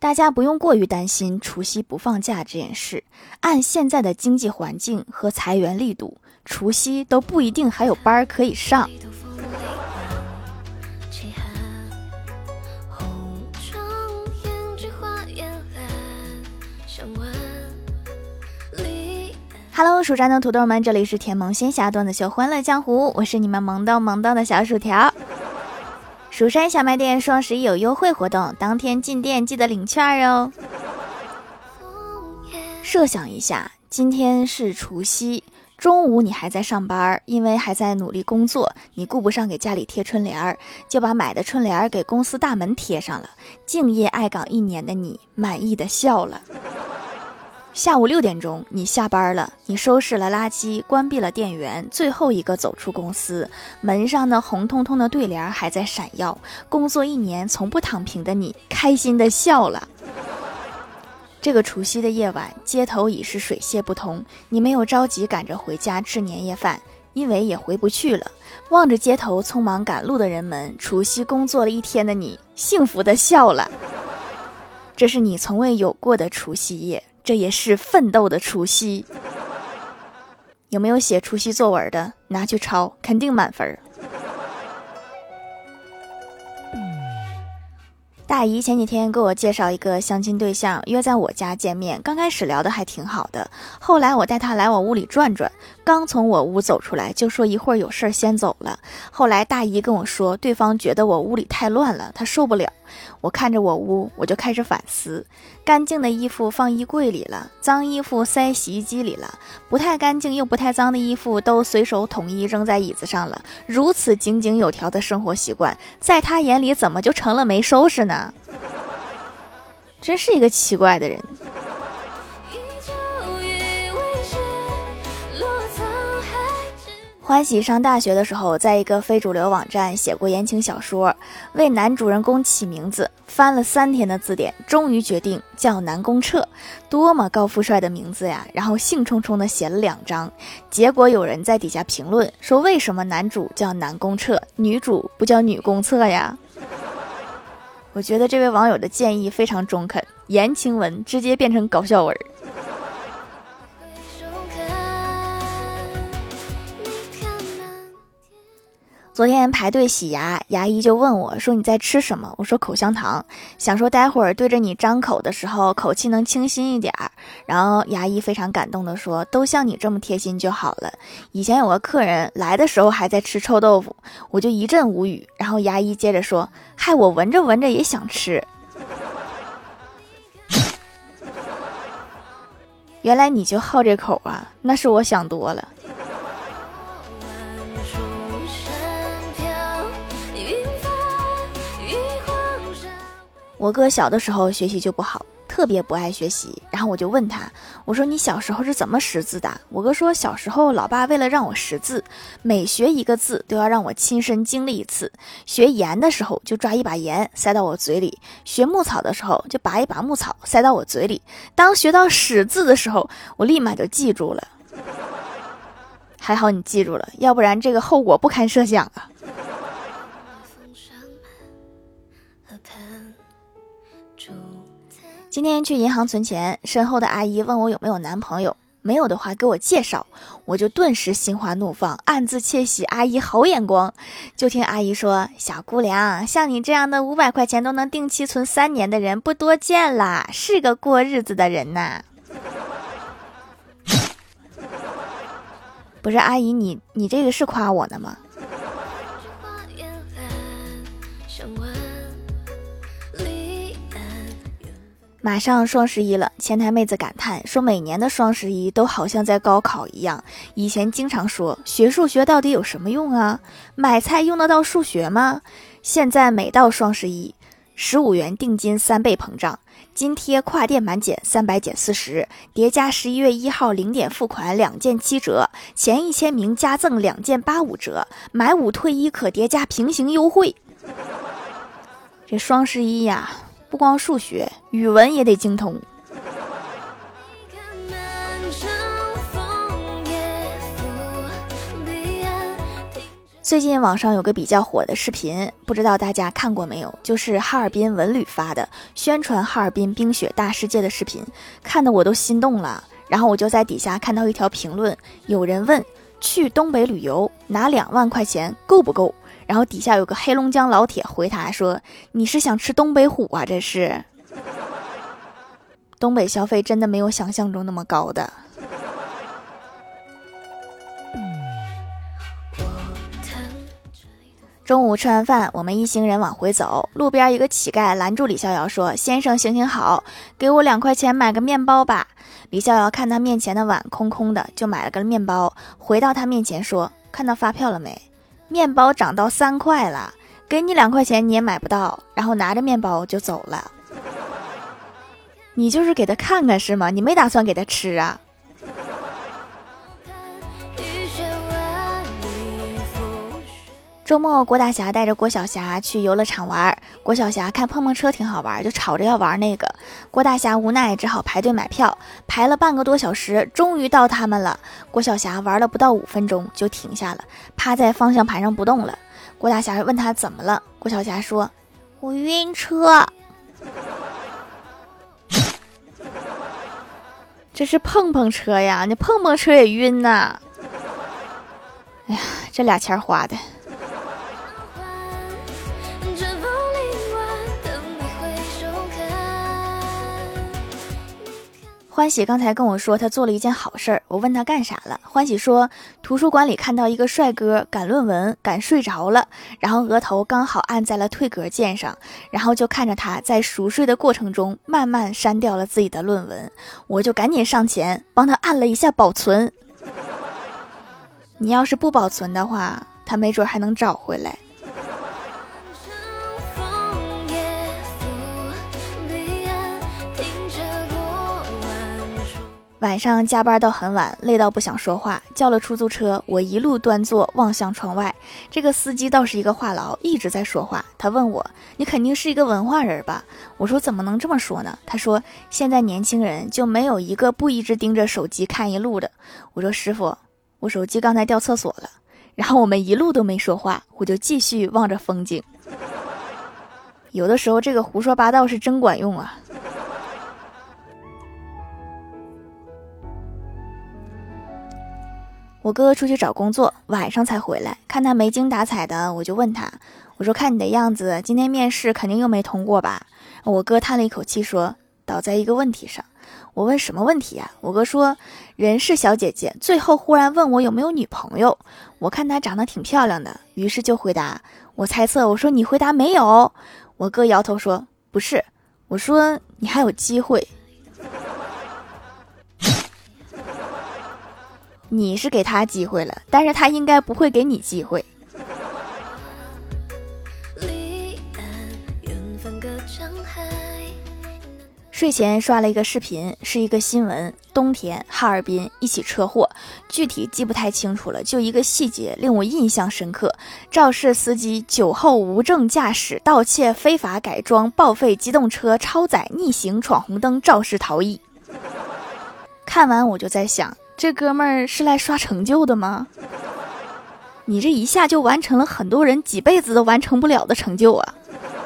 大家不用过于担心除夕不放假这件事，按现在的经济环境和裁员力度，除夕都不一定还有班可以上。Hello， 蜀山的土豆们，这里是甜萌仙侠段子秀欢乐江湖，我是你们萌逗的小薯条。蜀山小卖店双11有优惠活动，当天进店记得领券哦。设想一下，今天是除夕，中午你还在上班，因为还在努力工作，你顾不上给家里贴春联，就把买的春联给公司大门贴上了。敬业爱岗1年的你满意的笑了。下午6点钟你下班了，你收拾了垃圾，关闭了电源，最后一个走出公司，门上的红彤彤的对联还在闪耀。工作1年从不躺平的你开心的笑了。这个除夕的夜晚，街头已是水泄不通，你没有着急赶着回家吃年夜饭，因为也回不去了。望着街头匆忙赶路的人们，除夕工作了1天的你幸福的笑了。这是你从未有过的除夕夜，这也是奋斗的除夕。有没有写除夕作文的？拿去抄，肯定满分。大姨前几天给我介绍一个相亲对象，约在我家见面。刚开始聊得还挺好的，后来我带他来我屋里转转，刚从我屋走出来就说一会儿有事先走了。后来大姨跟我说，对方觉得我屋里太乱了，他受不了。我看着我屋，我就开始反思，干净的衣服放衣柜里了，脏衣服塞洗衣机里了，不太干净又不太脏的衣服都随手统一扔在椅子上了。如此井井有条的生活习惯，在他眼里怎么就成了没收拾呢？真是一个奇怪的人。欢喜上大学的时候，在一个非主流网站写过言情小说，为男主人公起名字，翻了3天的字典，终于决定叫南宫彻，多么高富帅的名字呀！然后兴冲冲的写了2张，结果有人在底下评论说，为什么男主叫南宫彻，女主不叫女公厕呀？我觉得这位网友的建议非常中肯，言情文直接变成搞笑文。昨天排队洗牙，牙医就问我说，你在吃什么？我说口香糖，想说待会儿对着你张口的时候口气能清新一点。然后牙医非常感动的说，都像你这么贴心就好了。以前有个客人来的时候还在吃臭豆腐，我就一阵无语。然后牙医接着说，害我闻着闻着也想吃。原来你就好这口啊，那是我想多了。我哥小的时候学习就不好，特别不爱学习，然后我就问他，我说你小时候是怎么识字的？我哥说，小时候老爸为了让我识字，每学一个字都要让我亲身经历一次。学盐的时候就抓一把盐塞到我嘴里，学牧草的时候就拔一把牧草塞到我嘴里，当学到识字的时候，我立马就记住了。还好你记住了，要不然这个后果不堪设想啊。今天去银行存钱，身后的阿姨问我有没有男朋友，没有的话给我介绍，我就顿时心花怒放，暗自窃喜阿姨好眼光。就听阿姨说，小姑娘，像你这样的500块钱都能定期存3年的人不多见啦，是个过日子的人呐。不是阿姨，你这个是夸我呢吗？马上双11了，前台妹子感叹说，每年的双11都好像在高考一样。以前经常说学数学到底有什么用啊？买菜用得到数学吗？现在每到双11，15元定金3倍膨胀，津贴跨店满减300减40，叠加11月1号0点付款2件7折，前1000名加赠2件85折，买5退1可叠加平行优惠。这双11呀，不光数学，语文也得精通。 最近网上有个比较火的视频，不知道大家看过没有，就是哈尔滨文旅发的宣传哈尔滨冰雪大世界的视频，看得我都心动了。然后我就在底下看到一条评论，有人问去东北旅游拿2万块钱够不够，然后底下有个黑龙江老铁回答说，你是想吃东北虎啊，这是。东北消费真的没有想象中那么高的。中午吃完饭，我们一行人往回走，路边一个乞丐拦住李逍遥说，先生行行好，给我2块钱买个面包吧。李逍遥看他面前的碗空空的，就买了个面包，回到他面前说，看到发票了没？面包涨到3块了，给你2块钱你也买不到。然后拿着面包就走了。你就是给他看看是吗？你没打算给他吃啊？周末，郭大侠带着郭晓霞去游乐场玩。郭晓霞看碰碰车挺好玩，就吵着要玩那个。郭大侠无奈只好排队买票，排了半个多小时，终于到他们了。郭晓霞玩了不到5分钟就停下了，趴在方向盘上不动了。郭大侠问他怎么了，郭晓霞说：“我晕车。”这是碰碰车呀，你碰碰车也晕呐。哎呀，这俩钱花的。欢喜刚才跟我说他做了一件好事儿，我问他干啥了。欢喜说图书馆里看到一个帅哥赶论文赶睡着了，然后额头刚好按在了退格键上，然后就看着他在熟睡的过程中慢慢删掉了自己的论文，我就赶紧上前帮他按了一下保存。你要是不保存的话，他没准还能找回来。晚上加班到很晚，累到不想说话，叫了出租车，我一路端坐望向窗外。这个司机倒是一个话痨，一直在说话。他问我，你肯定是一个文化人吧？我说怎么能这么说呢？他说现在年轻人就没有一个不一直盯着手机看一路的。我说师傅，我手机刚才掉厕所了。然后我们一路都没说话，我就继续望着风景。有的时候这个胡说八道是真管用啊。我哥出去找工作，晚上才回来，看他没精打采的，我就问他，我说看你的样子，今天面试肯定又没通过吧？我哥叹了一口气说，倒在一个问题上。我问什么问题啊？我哥说人事小姐姐最后忽然问我有没有女朋友，我看她长得挺漂亮的，于是就回答，我猜测，我说你回答没有。我哥摇头说不是，我说你还有机会。你是给他机会了，但是他应该不会给你机会。睡前刷了一个视频，是一个新闻，冬天哈尔滨一起车祸，具体记不太清楚了，就一个细节令我印象深刻，肇事司机酒后无证驾驶盗窃非法改装报废机动车超载逆行闯红灯肇事逃逸。看完我就在想，这哥们儿是来刷成就的吗？你这一下就完成了很多人几辈子都完成不了的成就啊！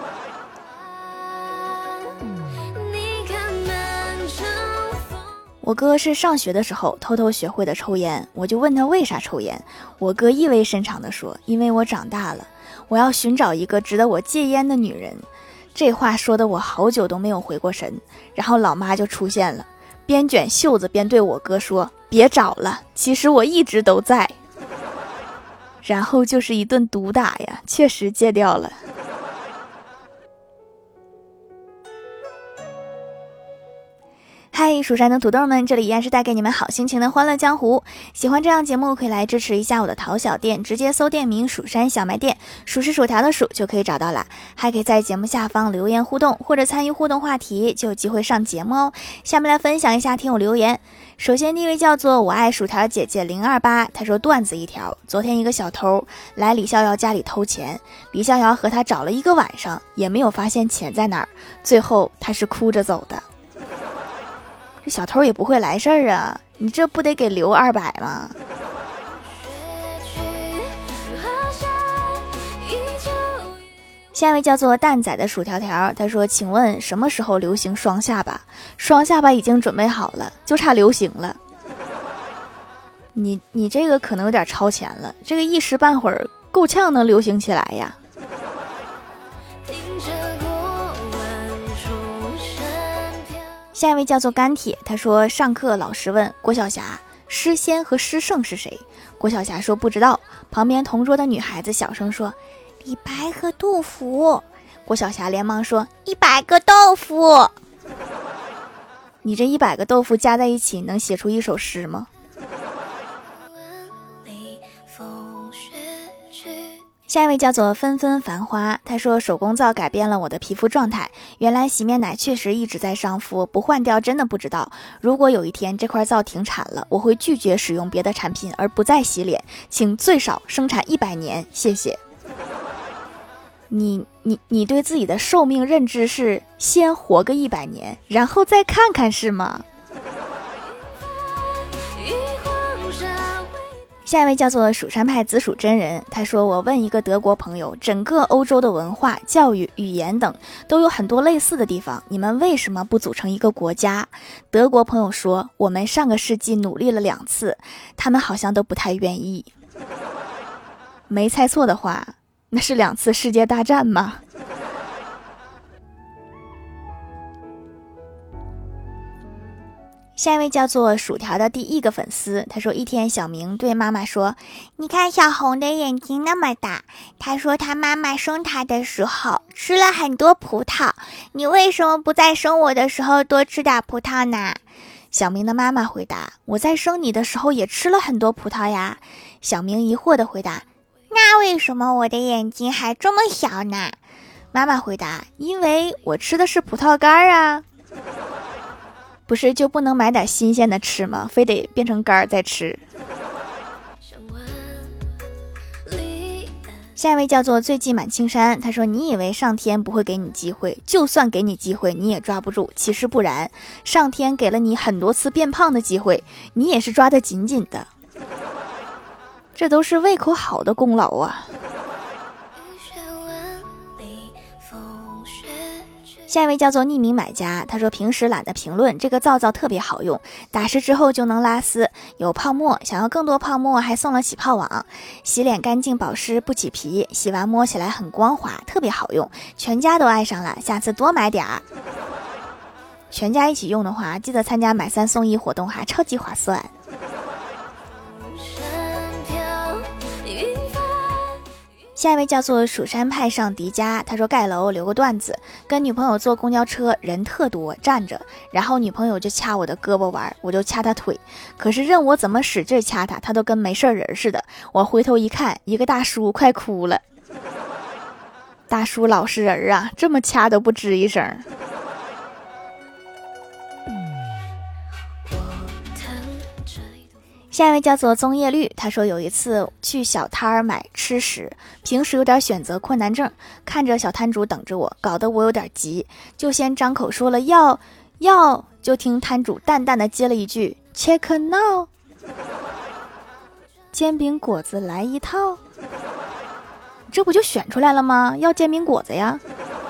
我哥是上学的时候偷偷学会的抽烟，我就问他为啥抽烟，我哥意味深长地说，因为我长大了，我要寻找一个值得我戒烟的女人。这话说的我好久都没有回过神，然后老妈就出现了，边卷袖子边对我哥说，别找了，其实我一直都在。然后就是一顿毒打呀，确实戒掉了。嗨，蜀山的土豆们，这里依然是带给你们好心情的欢乐江湖。喜欢这样节目可以来支持一下我的淘小店，直接搜店名蜀山小卖店，蜀是薯条的蜀就可以找到了。还可以在节目下方留言互动，或者参与互动话题，就有机会上节目哦。下面来分享一下听友留言。首先第一位叫做我爱薯条姐姐028，他说段子一条，昨天一个小偷来李逍遥家里偷钱，李逍遥和他找了一个晚上，也没有发现钱在哪儿，最后他是哭着走的。这小偷也不会来事儿啊，你这不得给留200吗？ 下一位叫做蛋仔的薯条条，他说请问什么时候流行双下巴？双下巴已经准备好了，就差流行了。你这个可能有点超前了，这个一时半会儿够呛能流行起来呀。下一位叫做干铁，他说上课老师问郭晓霞诗仙和诗圣是谁，郭晓霞说不知道，旁边同桌的女孩子小声说李白和杜甫，郭晓霞连忙说100个豆腐。你这100个豆腐加在一起能写出一首诗吗？下一位叫做纷纷繁花，他说手工皂改变了我的皮肤状态，原来洗面奶确实一直在上肤，不换掉真的不知道。如果有一天这块皂停产了，我会拒绝使用别的产品而不再洗脸，请最少生产100年，谢谢。你对自己的寿命认知是先活个100年，然后再看看是吗？下一位叫做蜀山派紫薯真人，他说我问一个德国朋友，整个欧洲的文化、教育、语言等都有很多类似的地方，你们为什么不组成一个国家？德国朋友说我们上个世纪努力了2次，他们好像都不太愿意。没猜错的话，那是2次世界大战吗？下一位叫做薯条的第一个粉丝，他说一天小明对妈妈说，你看小红的眼睛那么大，他说他妈妈生他的时候吃了很多葡萄，你为什么不在生我的时候多吃点葡萄呢？小明的妈妈回答，我在生你的时候也吃了很多葡萄呀。小明疑惑地回答，那为什么我的眼睛还这么小呢？妈妈回答，因为我吃的是葡萄干啊。不是就不能买点新鲜的吃吗？非得变成干再吃。下一位叫做醉迹满青山，他说你以为上天不会给你机会，就算给你机会你也抓不住，其实不然，上天给了你很多次变胖的机会，你也是抓得紧紧的，这都是胃口好的功劳啊。下一位叫做匿名买家，他说平时懒得评论，这个皂皂特别好用，打湿之后就能拉丝，有泡沫，想要更多泡沫还送了起泡网，洗脸干净保湿不起皮，洗完摸起来很光滑，特别好用，全家都爱上了，下次多买点儿。全家一起用的话，记得参加买3送1活动哈，超级划算。下一位叫做蜀山派上迪迦，他说盖楼留个段子，跟女朋友坐公交车，人特多站着，然后女朋友就掐我的胳膊玩，我就掐她腿，可是任我怎么使劲掐她，她都跟没事人似的。我回头一看，一个大叔快哭了。大叔老实人啊，这么掐都不吱一声。下一位叫做棕叶绿，他说有一次去小摊儿买吃食，平时有点选择困难症，看着小摊主等着我，搞得我有点急，就先张口说了要，就听摊主淡淡的接了一句 check now， 煎饼果子来一套，这不就选出来了吗？要煎饼果子呀。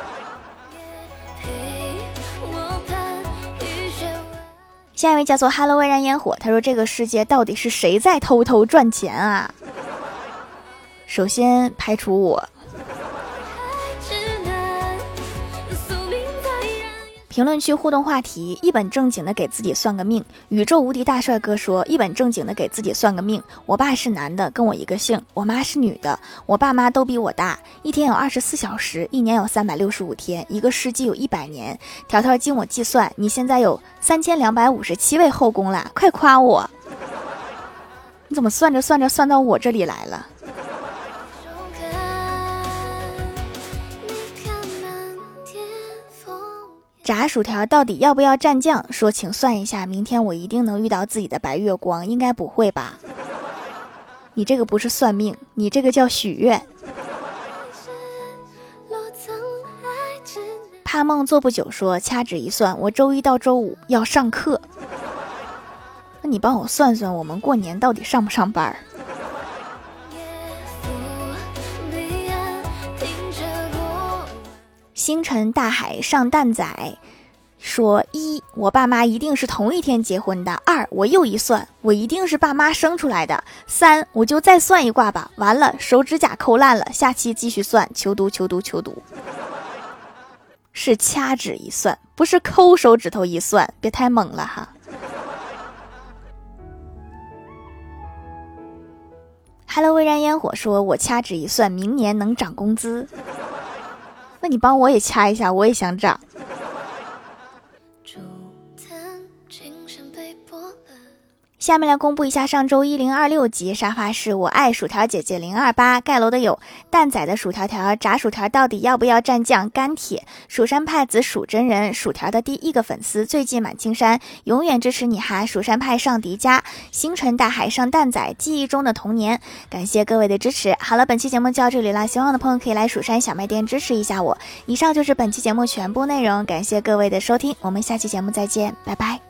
下一位叫做哈喽微燃烟火，他说这个世界到底是谁在偷偷赚钱啊？首先排除我。评论区互动话题，一本正经的给自己算个命。宇宙无敌大帅哥说，一本正经的给自己算个命。我爸是男的，跟我一个姓，我妈是女的，我爸妈都比我大，一天有24小时，一年有365天，一个世纪有100年。条条经我计算，你现在有3257位后宫了，快夸我。你怎么算着算着算到我这里来了？炸薯条到底要不要蘸酱？说请算一下，明天我一定能遇到自己的白月光，应该不会吧？你这个不是算命，你这个叫许愿。怕梦做不久说，掐指一算，我周一到周五要上课。那你帮我算算，我们过年到底上不上班？ 星辰大海上蛋仔说：一，我爸妈一定是同一天结婚的；二，我又一算，我一定是爸妈生出来的；三，我就再算一卦吧。完了，手指甲抠烂了，下期继续算，求读求读求读。是掐指一算，不是抠手指头一算，别太猛了哈。Hello 微燃烟火说：我掐指一算，明年能涨工资。那你帮我也掐一下，我也想涨。下面来公布一下上周1026集沙发是我爱薯条姐姐028盖楼的有蛋仔的薯条条，炸薯条到底要不要蘸酱，干铁蜀山派子蜀真人，薯条的第一个粉丝，最近满青山永远支持你哈，蜀山派上迪迦，星辰大海上蛋仔，记忆中的童年，感谢各位的支持。好了，本期节目就到这里了，喜欢的朋友可以来蜀山小卖店支持一下我。以上就是本期节目全部内容，感谢各位的收听，我们下期节目再见，拜拜。